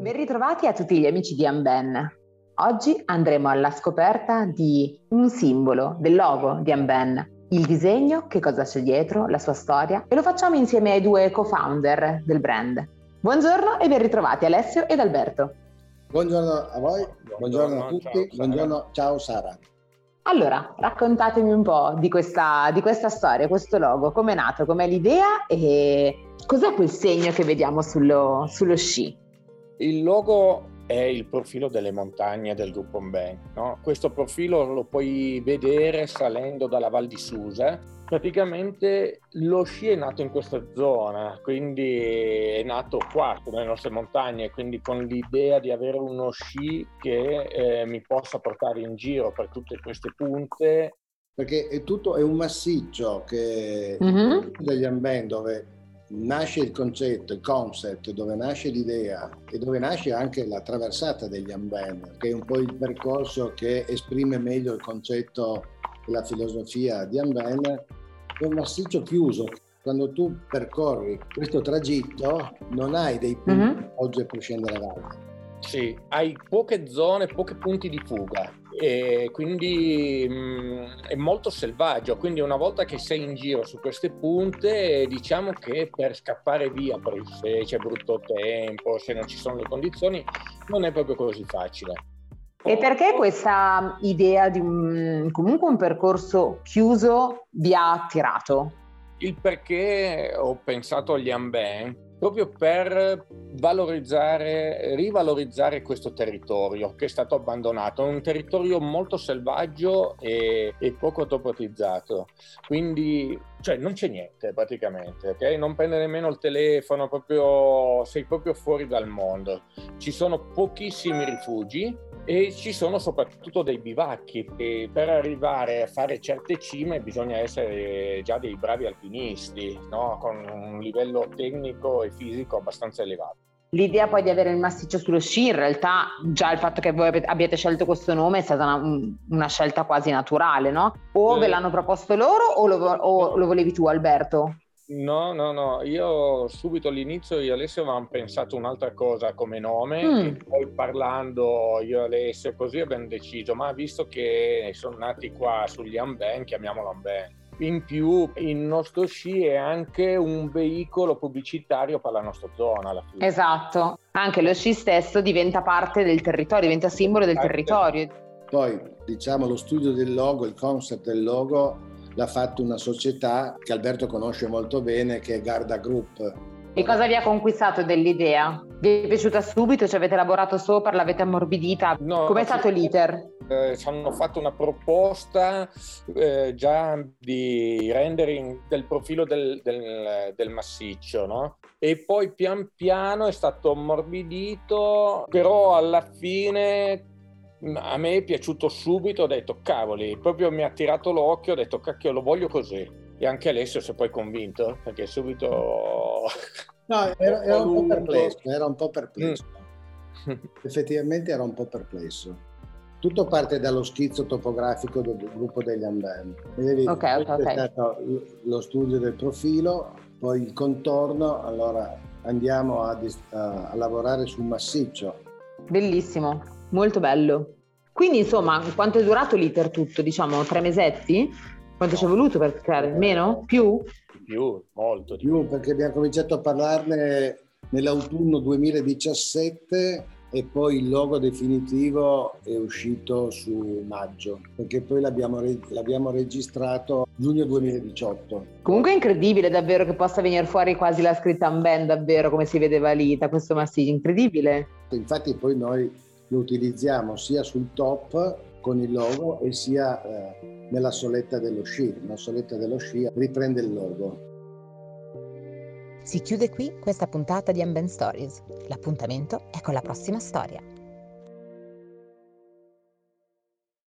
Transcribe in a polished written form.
Ben ritrovati a tutti gli amici di Anben. Oggi andremo alla scoperta di un simbolo, del logo di Anben, il disegno, che cosa c'è dietro, la sua storia, e lo facciamo insieme ai due co-founder del brand. Buongiorno e ben ritrovati Alessio ed Alberto. Buongiorno a voi, buongiorno a tutti, buongiorno, ciao Sara. Allora, raccontatemi un po' di questa storia, questo logo, com'è nato, com'è l'idea e cos'è quel segno che vediamo sullo sci? Il logo è il profilo delle montagne del gruppo Anben, no? Questo profilo lo puoi vedere salendo dalla Val di Susa. Praticamente lo sci è nato in questa zona, quindi è nato qua, nelle nostre montagne, quindi con l'idea di avere uno sci che mi possa portare in giro per tutte queste punte. Perché è un massiccio che degli Anben, dove nasce il concetto, il concept, dove nasce l'idea e dove nasce anche la traversata degli Anben, che è un po' il percorso che esprime meglio il concetto e la filosofia di Anben. È un massiccio chiuso. Quando tu percorri questo tragitto non hai dei punti oggi per scendere avanti. Sì, hai poche zone, pochi punti di fuga e quindi è molto selvaggio, quindi una volta che sei in giro su queste punte, diciamo che per scappare via, se c'è brutto tempo, se non ci sono le condizioni, non è proprio così facile. E perché questa idea di comunque un percorso chiuso vi ha attirato? Il perché ho pensato agli Anben proprio per rivalorizzare questo territorio che è stato abbandonato. È un territorio molto selvaggio e poco automatizzato, quindi non c'è niente praticamente, ok? Non prende nemmeno il telefono, sei proprio fuori dal mondo. Ci sono pochissimi rifugi e ci sono soprattutto dei bivacchi, e per arrivare a fare certe cime bisogna essere già dei bravi alpinisti, no? Con un livello tecnico e fisico abbastanza elevato. L'idea poi di avere il massiccio sullo sci, in realtà già il fatto che voi abbiate scelto questo nome è stata una scelta quasi naturale, no? O ve l'hanno proposto loro o lo volevi tu, Alberto? No, io subito all'inizio io e Alessio avevamo pensato un'altra cosa come nome e poi parlando io e Alessio così abbiamo deciso, ma visto che sono nati qua sugli Anben, chiamiamolo Anben. In più il nostro sci è anche un veicolo pubblicitario per la nostra zona alla fine. Esatto, anche lo sci stesso diventa parte del territorio, diventa simbolo del territorio. Poi diciamo lo studio del logo, il concept del logo l'ha fatto una società che Alberto conosce molto bene, che è Garda Group. E cosa vi ha conquistato dell'idea? Vi è piaciuta subito? Ci avete elaborato sopra? L'avete ammorbidita? No, com'è stato l'iter? Ci hanno fatto una proposta già di rendering del profilo del massiccio, no? E poi pian piano è stato ammorbidito, però alla fine a me è piaciuto subito, ho detto cavoli, proprio mi ha tirato l'occhio, ho detto cacchio lo voglio così. E anche Alessio si è poi convinto, perché subito... No, era un po' perplesso. Effettivamente era un po' perplesso. Tutto parte dallo schizzo topografico del gruppo degli Anben. Okay. È stato lo studio del profilo, poi il contorno, allora andiamo a lavorare sul massiccio. Bellissimo, molto bello. Quindi insomma, quanto è durato l'iter tutto? Diciamo 3 mesetti? Quanto ci è voluto per creare? Meno? Più? Molto di più, perché abbiamo cominciato a parlarne nell'autunno 2017 e poi il logo definitivo è uscito su maggio, perché poi l'abbiamo registrato giugno 2018. Comunque è incredibile davvero che possa venire fuori quasi la scritta Anben, davvero come si vedeva lì, da questo massiccio, incredibile. Infatti poi noi lo utilizziamo sia sul top con il logo e sia nella soletta dello sci. La soletta dello sci riprende il logo. Si chiude qui questa puntata di Anben Stories. L'appuntamento è con la prossima storia.